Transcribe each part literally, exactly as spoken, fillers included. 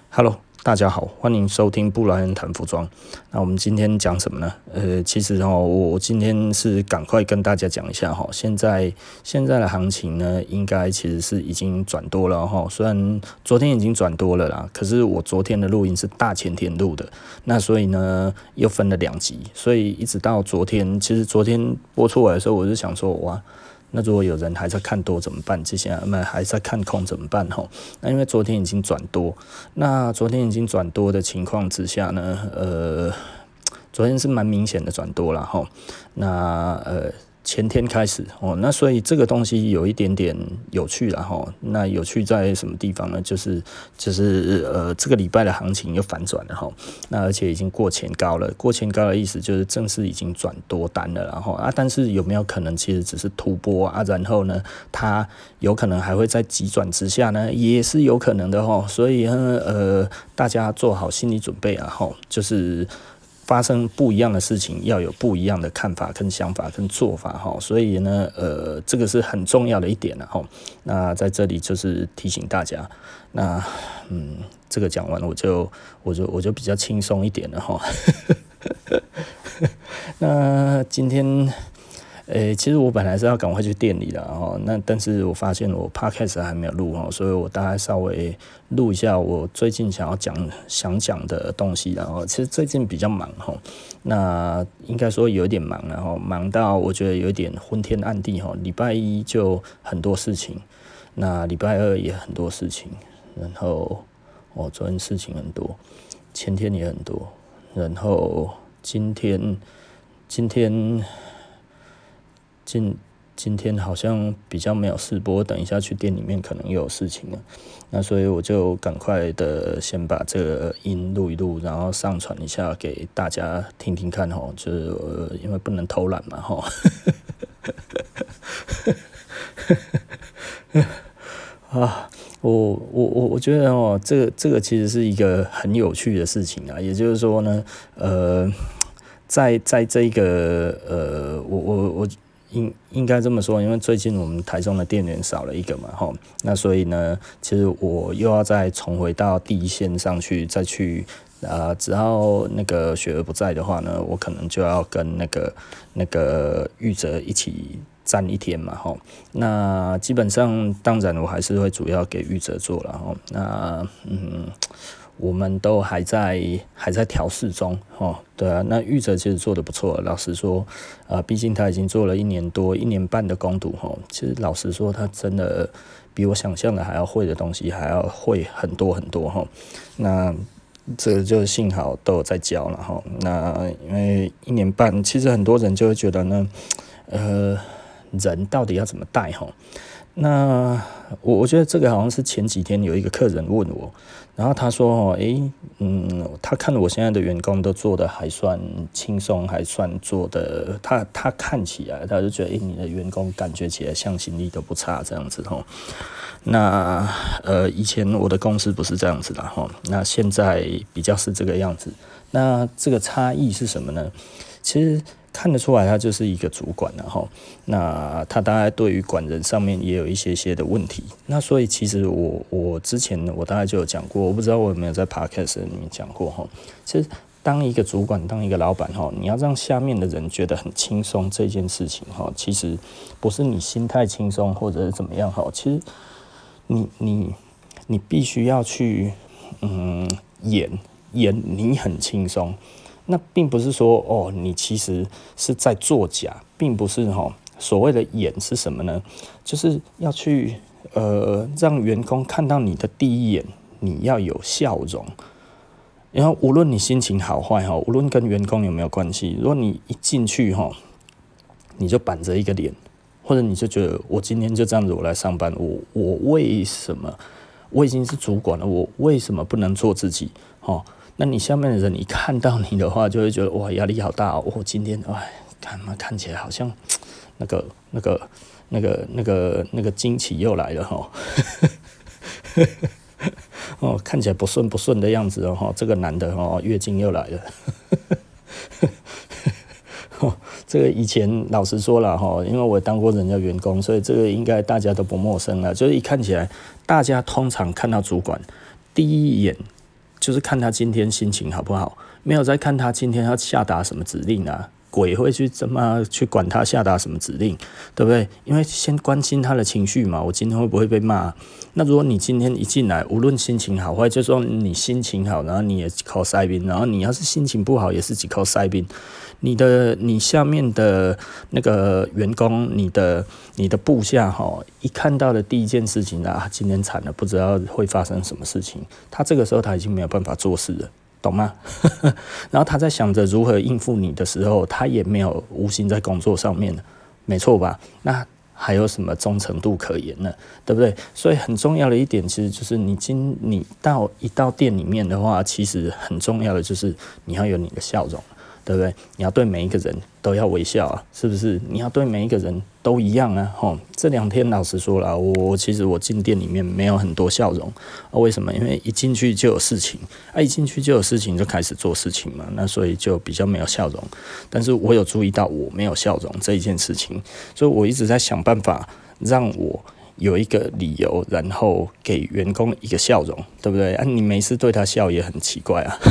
Hello，大家好，欢迎收听布莱恩谈服装。那我们今天讲什么呢？呃，其实哦，我今天是赶快跟大家讲一下哈，现在现在的行情呢，应该其实是已经转多了哈。虽然昨天已经转多了啦，可是我昨天的录音是大前天录的，那所以呢又分了两集，所以一直到昨天，其实昨天播出来的时候，我就想说哇。那如果有人还在看多怎么办？接下来还在看空怎么办？吼，那因为昨天已经转多，那昨天已经转多的情况之下呢，呃，昨天是蛮明显的转多了吼。那呃。前天开始哦，那所以这个东西有一点点有趣了哈。那有趣在什么地方呢？就是就是呃，这个礼拜的行情又反转了哈。那而且已经过前高了，过前高的意思就是正式已经转多单了，然后啊，但是有没有可能其实只是突破啊？然后呢，它有可能还会在急转直下呢，也是有可能的哈。所以呢，呃，大家做好心理准备啊，哈，就是。发生不一样的事情，要有不一样的看法、跟想法、跟做法哈，所以呢，呃，这个是很重要的一点了哈。那在这里就是提醒大家，那嗯，这个讲完我就我就我就比较轻松一点了哈。那今天。诶、欸，其实我本来是要赶快去店里的哦，那但是我发现我 podcast 还没有录哦，所以我大概稍微录一下我最近想要讲想讲的东西，然后其实最近比较忙哈，那应该说有一点忙，然后忙到我觉得有一点昏天暗地哈，礼拜一就很多事情，那礼拜二也很多事情，然后哦昨天事情很多，前天也很多，然后今天今天。今今天好像比较没有事播，等一下去店里面可能又有事情了，那所以我就赶快的先把这个音录一录，然后上传一下给大家听听看吼，就是、呃、因为不能偷懒嘛吼。啊，我我我我觉得哦，这个这个其实是一个很有趣的事情啊，也就是说呢，呃，在在这个呃，我我我。应应该这么说，因为最近我们台中的店员少了一个嘛，吼，那所以呢，其实我又要再重回到第一线上去，再去啊、呃，只要那个雪儿不在的话呢，我可能就要跟那个那个玉哲一起站一天嘛，吼，那基本上当然我还是会主要给玉哲做了，吼，那嗯。我们都还在还在调试中，哦，对啊，那玉哲其实做得不错，老实说，啊、呃，毕竟他已经做了一年多、一年半的工读，吼，其实老实说，他真的比我想象的还要会的东西还要会很多很多，吼，那这个就幸好都有在教了，吼，那因为一年半，其实很多人就会觉得呢，呃，人到底要怎么带，吼。那我我觉得这个好像是前几天有一个客人问我，然后他说哦，诶，嗯，他看我现在的员工都做的还算轻松，还算做的，他他看起来他就觉得，诶，你的员工感觉起来向心力都不差这样子吼。那呃，以前我的公司不是这样子的吼，那现在比较是这个样子。那这个差异是什么呢？其实。看得出来，他就是一个主管然后，那他大概对于管人上面也有一些些的问题。那所以其实我我之前我大概就有讲过，我不知道我有没有在 podcast 里面讲过哈。其实当一个主管，当一个老板哈，你要让下面的人觉得很轻松这件事情哈，其实不是你心态轻松或者是怎么样哈，其实你你你必须要去嗯演演你很轻松。那并不是说哦，你其实是在作假，并不是哈。所谓的演是什么呢？就是要去呃让员工看到你的第一眼，你要有笑容。然后无论你心情好坏哈，无论跟员工有没有关系，如果你一进去哈，你就板着一个脸，或者你就觉得我今天就这样子我来上班，我我为什么我已经是主管了，我为什么不能做自己？哈。那你下面的人，一看到你的话，就会觉得哇，压力好大哦！我、哦、今天哎，看嘛，看起来好像那个、那个、那个、那个、那个惊奇又来了哈。哦，看起来不顺不顺的样子哦，这个男的哦，月经又来了。哦，这个以前老实说了哈，因为我当过人家员工，所以这个应该大家都不陌生了。就是一看起来，大家通常看到主管第一眼。 就是看他今天心情好不好，没有在看他今天要下达什么指令啊。鬼会去怎么去管他下达什么指令，对不对？因为先关心他的情绪嘛，我今天会不会被骂？那如果你今天一进来，无论心情好坏，就说你心情好，然后你也靠塞宾，然后你要是心情不好，也是只靠塞宾。你的你下面的那个员工，你的你的部下哈，一看到的第一件事情啊，今天惨了，不知道会发生什么事情。他这个时候他已经没有办法做事了。懂吗？然后他在想着如何应付你的时候，他也没有无心在工作上面了，没错吧？那还有什么忠诚度可言呢？对不对？所以很重要的一点，其实就是你今你到一到店里面的话，其实很重要的就是你要有你的笑容，对不对？你要对每一个人都要微笑啊，是不是？你要对每一个人都一样啊。吼，这两天老实说了，我其实我进店里面没有很多笑容啊。为什么？因为一进去就有事情啊，一进去就有事情就开始做事情嘛，那所以就比较没有笑容。但是我有注意到我没有笑容这一件事情，所以我一直在想办法让我有一个理由，然后给员工一个笑容，对不对？啊，你没事对他笑也很奇怪啊。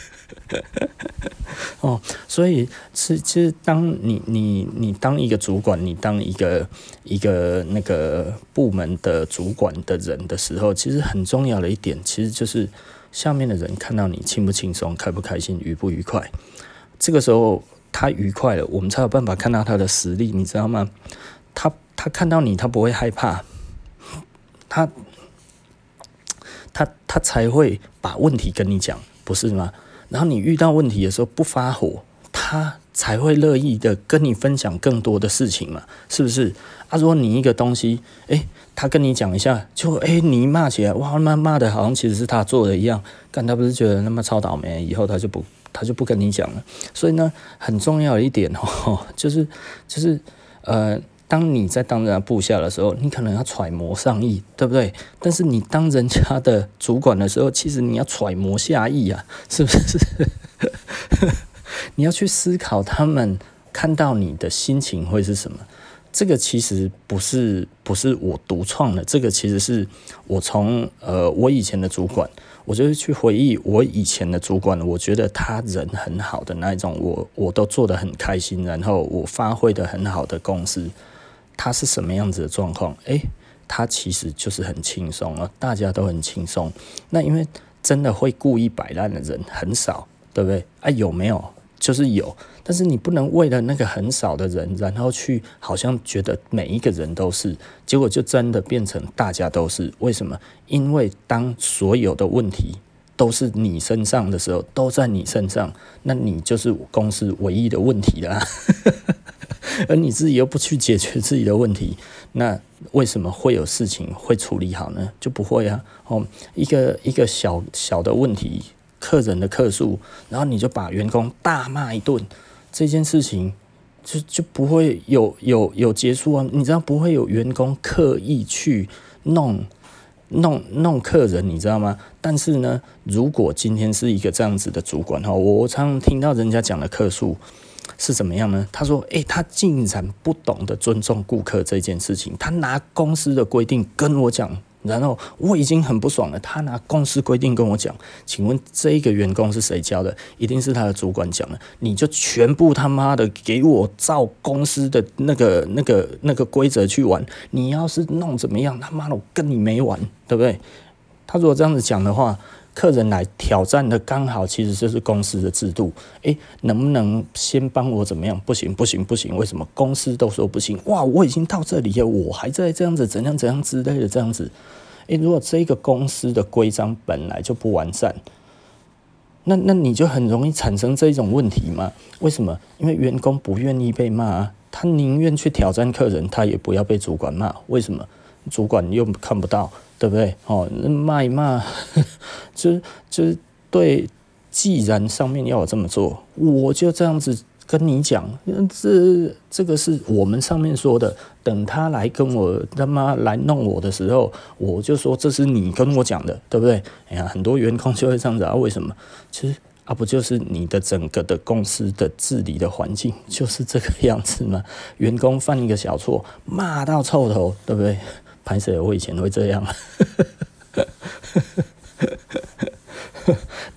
哦，所以是其实当你你你当一个主管，你当一个一个那个部门的主管的人的时候，其实很重要的一点，其实就是下面的人看到你轻不轻松、开不开心、愉不愉快。这个时候他愉快了，我们才有办法看到他的实力，你知道吗？他他看到你，他不会害怕，他他他才会把问题跟你讲，不是吗？然后你遇到问题的时候不发火，他才会乐意的跟你分享更多的事情嘛，是不是？啊，如果你一个东西，诶，他跟你讲一下，就诶你骂起来，哇，骂骂的好像其实是他做的一样，干他不是觉得那么超倒霉，以后他就不他就不跟你讲了。所以呢，很重要的一点哦，就是就是呃。当你在当人家部下的时候，你可能要揣摩上意，对不对？但是你当人家的主管的时候，其实你要揣摩下意啊，是不是？你要去思考他们看到你的心情会是什么。这个其实不是不是我独创的，这个其实是我从呃我以前的主管，我就是去回忆我以前的主管，我觉得他人很好的那一种，我我都做得很开心，然后我发挥得很好的公司。他是什么样子的状况？诶，他其实就是很轻松啊，大家都很轻松。那因为真的会故意摆烂的人很少，对不对？啊，有没有？就是有，但是你不能为了那个很少的人，然后去好像觉得每一个人都是，结果就真的变成大家都是。为什么？因为当所有的问题都是你身上的时候，都在你身上，那你就是公司唯一的问题啦。而你自己又不去解决自己的问题，那为什么会有事情会处理好呢？就不会啊。哦，一个一个小小的问题，客人的客诉，然后你就把员工大骂一顿，这件事情就就不会有有有结束啊。你知道不会有员工刻意去弄弄弄客人，你知道吗？但是呢，如果今天是一个这样子的主管哈，我常常听到人家讲的客诉。是怎么样呢？他说：“诶，他竟然不懂得尊重顾客这件事情，他拿公司的规定跟我讲，然后我已经很不爽了。他拿公司规定跟我讲，请问这一个员工是谁教的？一定是他的主管讲的。你就全部他妈的给我照公司的那个、那个、那个规则去玩。你要是弄怎么样，他妈的我跟你没完，对不对？他如果这样子讲的话。”客人来挑战的刚好其实就是公司的制度，诶，能不能先帮我怎么样？不行不行不行，为什么公司都说不行？哇，我已经到这里了，我还在这样子怎样怎样之类的这样子。诶，如果这个公司的规章本来就不完善，那那你就很容易产生这种问题嘛？为什么？因为员工不愿意被骂啊，他宁愿去挑战客人，他也不要被主管骂。为什么？主管又看不到。对不对？哦，骂一骂，就是就是对。既然上面要我这么做，我就这样子跟你讲，这这个是我们上面说的。等他来跟我他妈来弄我的时候，我就说这是你跟我讲的，对不对？哎呀，很多员工就会这样子啊。为什么？其实啊，不就是你的整个的公司的治理的环境就是这个样子吗？员工犯一个小错，骂到臭头，对不对？拍摄我以前会这样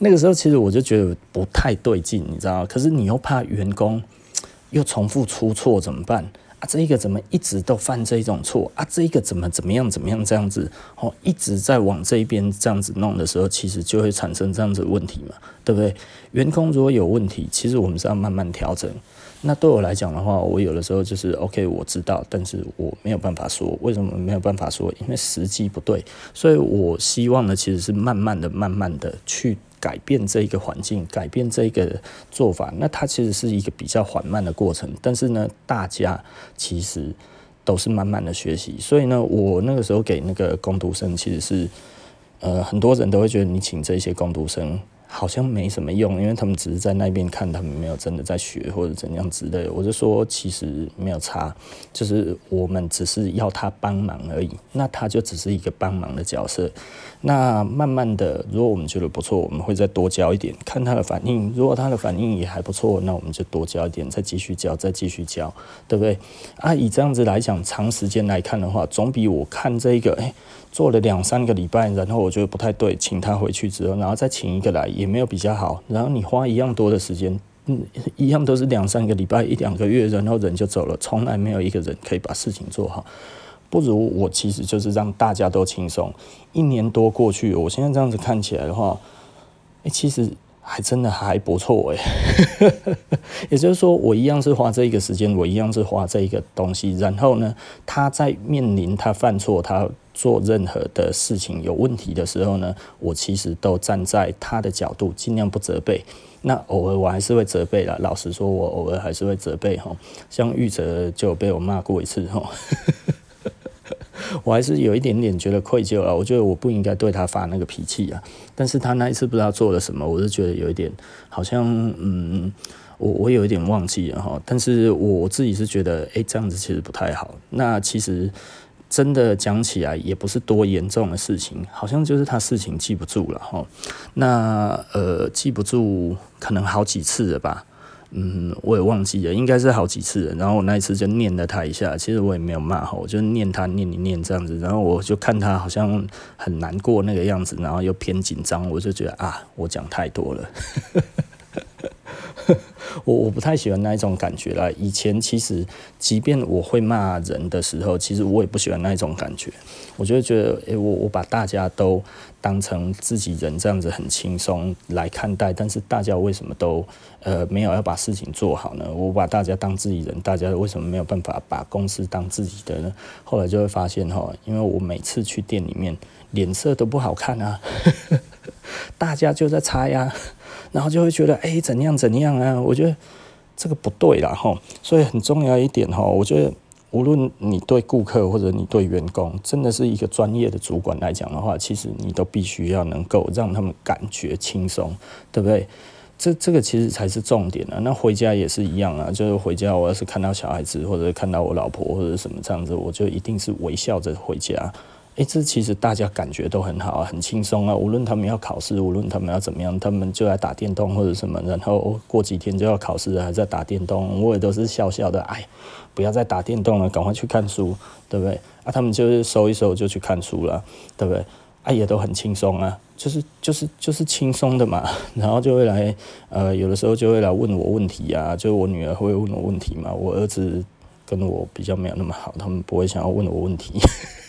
那个时候其实我就觉得不太对劲，你知道吗？可是你又怕员工又重复出错怎么办？啊，这一个怎么一直都犯这一种错啊？这一个怎么怎么样怎么样这样子哦，一直在往这一边这样子弄的时候，其实就会产生这样子的问题嘛，对不对？员工如果有问题，其实我们是要慢慢调整。那对我来讲的话，我有的时候就是 OK， 我知道，但是我没有办法说。为什么没有办法说？因为时机不对，所以我希望呢，其实是慢慢的、慢慢的去改变这一个环境，改变这一个做法。那它其实是一个比较缓慢的过程，但是呢，大家其实都是慢慢的学习。所以呢，我那个时候给那个工读生，其实是呃，很多人都会觉得你请这些工读生好像没什么用，因为他们只是在那边看，他们没有真的在学或者怎样之类的。我就说其实没有差，就是我们只是要他帮忙而已，那他就只是一个帮忙的角色。那慢慢的，如果我们觉得不错，我们会再多教一点，看他的反应。如果他的反应也还不错，那我们就多教一点，再继续教，再继续教，对不对？啊，以这样子来讲，长时间来看的话，总比我看这个，哎、欸，做了两三个礼拜，然后我觉得不太对，请他回去之后，然后再请一个来，也没有比较好。然后你花一样多的时间，嗯，一样都是两三个礼拜、一两个月，然后人就走了，从来没有一个人可以把事情做好。不如我其实就是让大家都轻松。一年多过去，我现在这样子看起来的话，欸、其实还真的还不错哎、欸。也就是说，我一样是花这一个时间，我一样是花这一个东西，然后呢，他在面临他犯错，他做任何的事情有问题的时候呢，我其实都站在他的角度，尽量不责备。那偶尔我还是会责备啦，老实说，我偶尔还是会责备哈。像玉哲就有被我骂过一次哈。我还是有一点点觉得愧疚了，我觉得我不应该对他发那个脾气啊。但是他那一次不知道做了什么，我就觉得有一点好像嗯，我我有一点忘记了哈。但是我自己是觉得，哎、欸，这样子其实不太好。那其实真的讲起来也不是多严重的事情，好像就是他事情记不住了哈。那呃记不住可能好几次了吧。嗯，我也忘记了，应该是好几次了。然后我那一次就念了他一下，其实我也没有骂吼，我就念他念一念这样子。然后我就看他好像很难过那个样子，然后又偏紧张，我就觉得啊，我讲太多了。我我不太喜欢那一种感觉啦。以前其实，即便我会骂人的时候，其实我也不喜欢那一种感觉。我就会觉得，欸，我我把大家都当成自己人这样子很轻松来看待，但是大家为什么都呃没有要把事情做好呢？我把大家当自己人，大家为什么没有办法把公司当自己的呢？后来就会发现哈，因为我每次去店里面脸色都不好看啊，大家就在猜呀。然后就会觉得，哎、欸，怎样怎样啊？我觉得这个不对啦，齁。所以很重要一点齁，我觉得无论你对顾客或者你对员工，真的是一个专业的主管来讲的话，其实你都必须要能够让他们感觉轻松，对不对？这这个其实才是重点啊。那回家也是一样啊，就是回家我要是看到小孩子或者看到我老婆或者什么这样子，我就一定是微笑着回家。哎，这其实大家感觉都很好啊，很轻松啊。无论他们要考试，无论他们要怎么样，他们就来打电动或者什么，然后过几天就要考试了，还在打电动。我也都是笑笑的，哎，不要再打电动了，赶快去看书，对不对？啊，他们就是收一收就去看书了，对不对？啊，也都很轻松啊，就是就是就是轻松的嘛。然后就会来，呃，有的时候就会来问我问题啊，就是我女儿会问我问题嘛，我儿子跟我比较没有那么好，他们不会想要问我问题。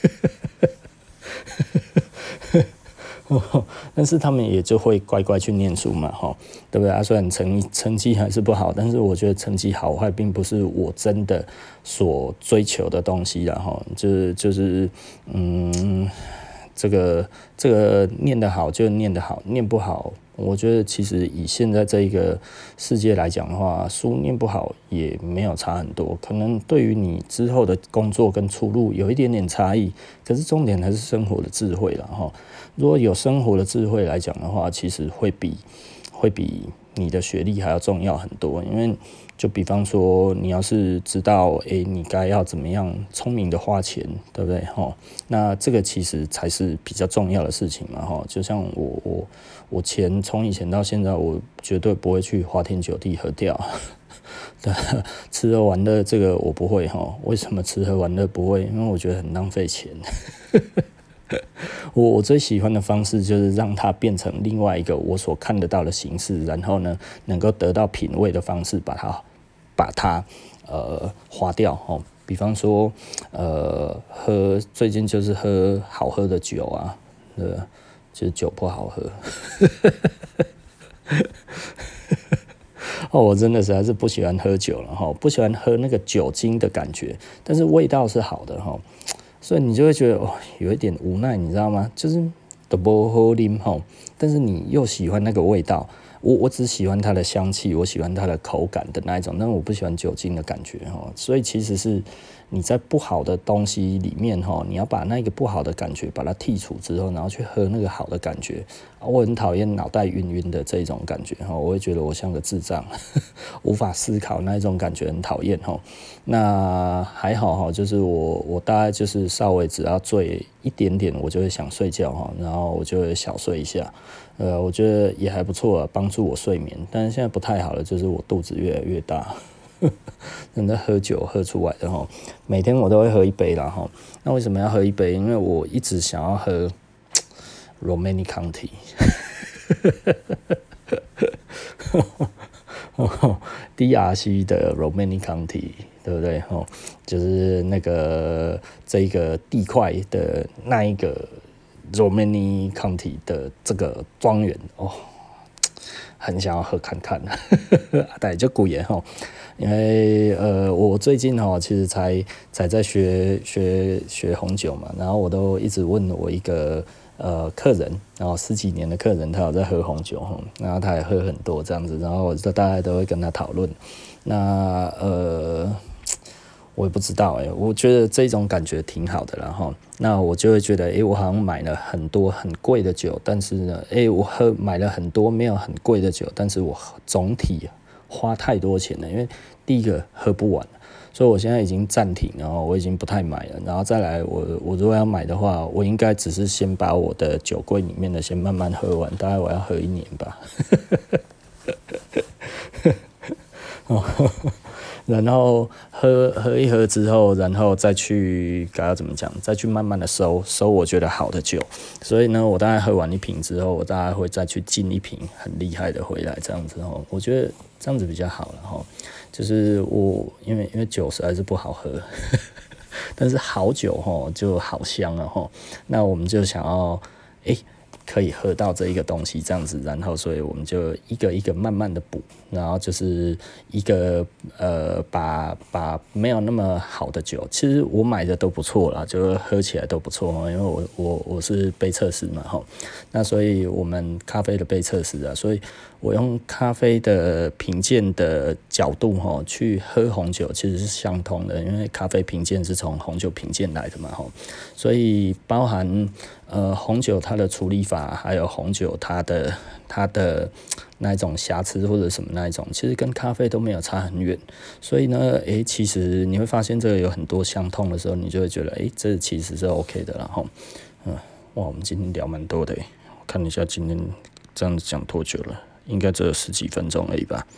但是他们也就会乖乖去念书嘛，对不对啊？虽然成成绩还是不好，但是我觉得成绩好坏并不是我真的所追求的东西啦，哈，就是就是嗯，这个这个念得好就念得好，念不好。我觉得其实以现在这一个世界来讲的话，书念不好也没有差很多，可能对于你之后的工作跟出路有一点点差异，可是重点还是生活的智慧啦齁。如果有生活的智慧来讲的话，其实会比会比你的学历还要重要很多，因为就比方说你要是知道诶你该要怎么样聪明的花钱，对不对齁？那这个其实才是比较重要的事情嘛齁。就像我我我钱从以前到现在，我绝对不会去花天酒地喝掉。吃喝玩乐这个我不会齁。为什么吃喝玩乐不会？因为我觉得很浪费钱。 我我最喜欢的方式就是让它变成另外一个我所看得到的形式，然后呢，能够得到品味的方式，把它把它呃花掉哦。比方说，呃，喝最近就是喝好喝的酒啊，呃，就是酒不好喝。哦，我真的实在是不喜欢喝酒了哈，不喜欢喝那个酒精的感觉，但是味道是好的哈，所以你就会觉得哦，有一点无奈，你知道吗？就是都不好啉哈，但是你又喜欢那个味道。我我只喜欢它的香气，我喜欢它的口感的那一种，但我不喜欢酒精的感觉哈。所以其实是你在不好的东西里面哈，你要把那个不好的感觉把它剔除之后，然后去喝那个好的感觉。我很讨厌脑袋晕晕的这种感觉哈，我会觉得我像个智障，无法思考那一种感觉很讨厌哈。那还好哈，就是我我大概就是稍微只要醉一点点，我就会想睡觉哈，然后我就会小睡一下。呃，我觉得也还不错啊，帮助我睡眠。但是现在不太好了，就是我肚子越来越大，真的喝酒喝出来的哈。每天我都会喝一杯啦哈。那为什么要喝一杯？因为我一直想要喝 Romanée Conti。D R C 的 Romanée Conti， 对不对？哦，就是那个这个地块的那一个 Romanée Conti 的这个庄园哦，很想要喝看看。对，就古言哈，因为呃，我最近哈其实才才在学学学红酒嘛，然后我都一直问我一个。呃，客人，然后十几年的客人，他有在喝红酒，然后他也喝很多这样子，然后我大家都会跟他讨论。那呃，我也不知道哎、欸，我觉得这种感觉挺好的啦哈。那我就会觉得，哎、欸，我好像买了很多很贵的酒，但是呢，哎、欸，我喝买了很多没有很贵的酒，但是我总体花太多钱了，因为第一个喝不完。所以我现在已经暂停，然后我已经不太买了，然后再来我我如果要买的话，我应该只是先把我的酒柜里面的先慢慢喝完，大概我要喝一年吧。然后喝喝一喝之后，然后再去该要怎么讲，再去慢慢的收收我觉得好的酒。所以呢，我大概喝完一瓶之后，我大概会再去进一瓶很厉害的回来，这样子哦，我觉得这样子比较好了哈。就是我因为因为酒实在是不好喝，但是好酒哈就好香了哈。那我们就想要哎、欸、可以喝到这一个东西这样子，然后所以我们就一个一个慢慢的补，然后就是一个呃把把没有那么好的酒，其实我买的都不错啦，就喝起来都不错，因为我我我是杯测师嘛哈，那所以我们咖啡的杯测师啊，所以我用咖啡的品鉴的角度哈去喝红酒其实是相同的，因为咖啡品鉴是从红酒品鉴来的嘛哈，所以包含呃红酒它的处理法，还有红酒它的它的那一种瑕疵或者什么那一种，其实跟咖啡都没有差很远。所以呢，诶，其实你会发现这个有很多相通的时候，你就会觉得，诶，这其实是 OK 的啦哈。嗯，哇，我们今天聊蛮多的，我看一下今天这样子讲多久了。应该只有十几分钟而已吧。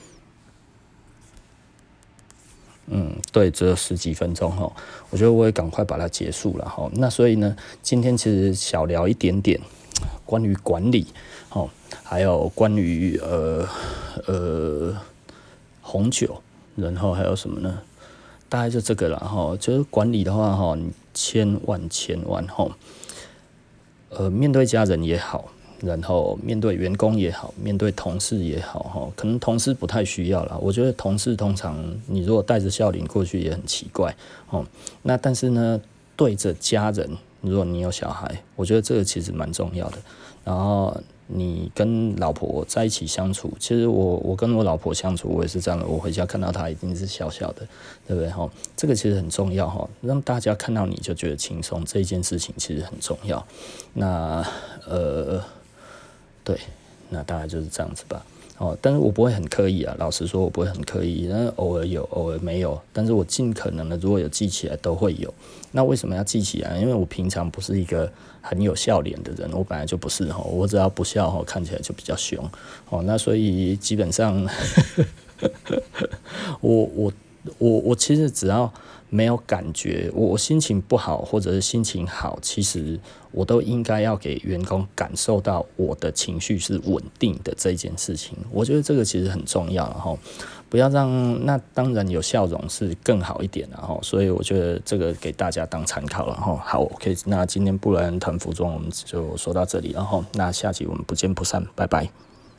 嗯，对，只有十几分钟哈，我觉得我也赶快把它结束了哈。那所以呢，今天其实小聊一点点关于管理，哈，还有关于呃呃红酒，然后还有什么呢？大概就这个了哈。就是管理的话哈，你千万千万哈，呃，面对家人也好。然后面对员工也好，面对同事也好，可能同事不太需要啦。我觉得同事通常你如果带着笑脸过去也很奇怪哦。那但是呢，对着家人，如果你有小孩，我觉得这个其实蛮重要的。然后你跟老婆在一起相处，其实我我跟我老婆相处，我也是这样的。我回家看到她一定是笑笑的，对不对？哈，这个其实很重要哈，让大家看到你就觉得轻松，这一件事情其实很重要。那呃。对，那大概就是这样子吧。哦，但是我不会很刻意啊，老实说，我不会很刻意，但是偶尔有，偶尔没有。但是我尽可能的，如果有记起来，都会有。那为什么要记起来？因为我平常不是一个很有笑脸的人，我本来就不是哈，我只要不笑哈，看起来就比较凶。哦，那所以基本上，我我我我其实只要没有感觉，我我心情不好或者是心情好，其实我都应该要给员工感受到我的情绪是稳定的这件事情。我觉得这个其实很重要，然后不要让那当然有笑容是更好一点，然后所以我觉得这个给大家当参考了。哈，好 ，OK， 那今天不然谈服装我们就说到这里，然后那下集我们不见不散，拜拜。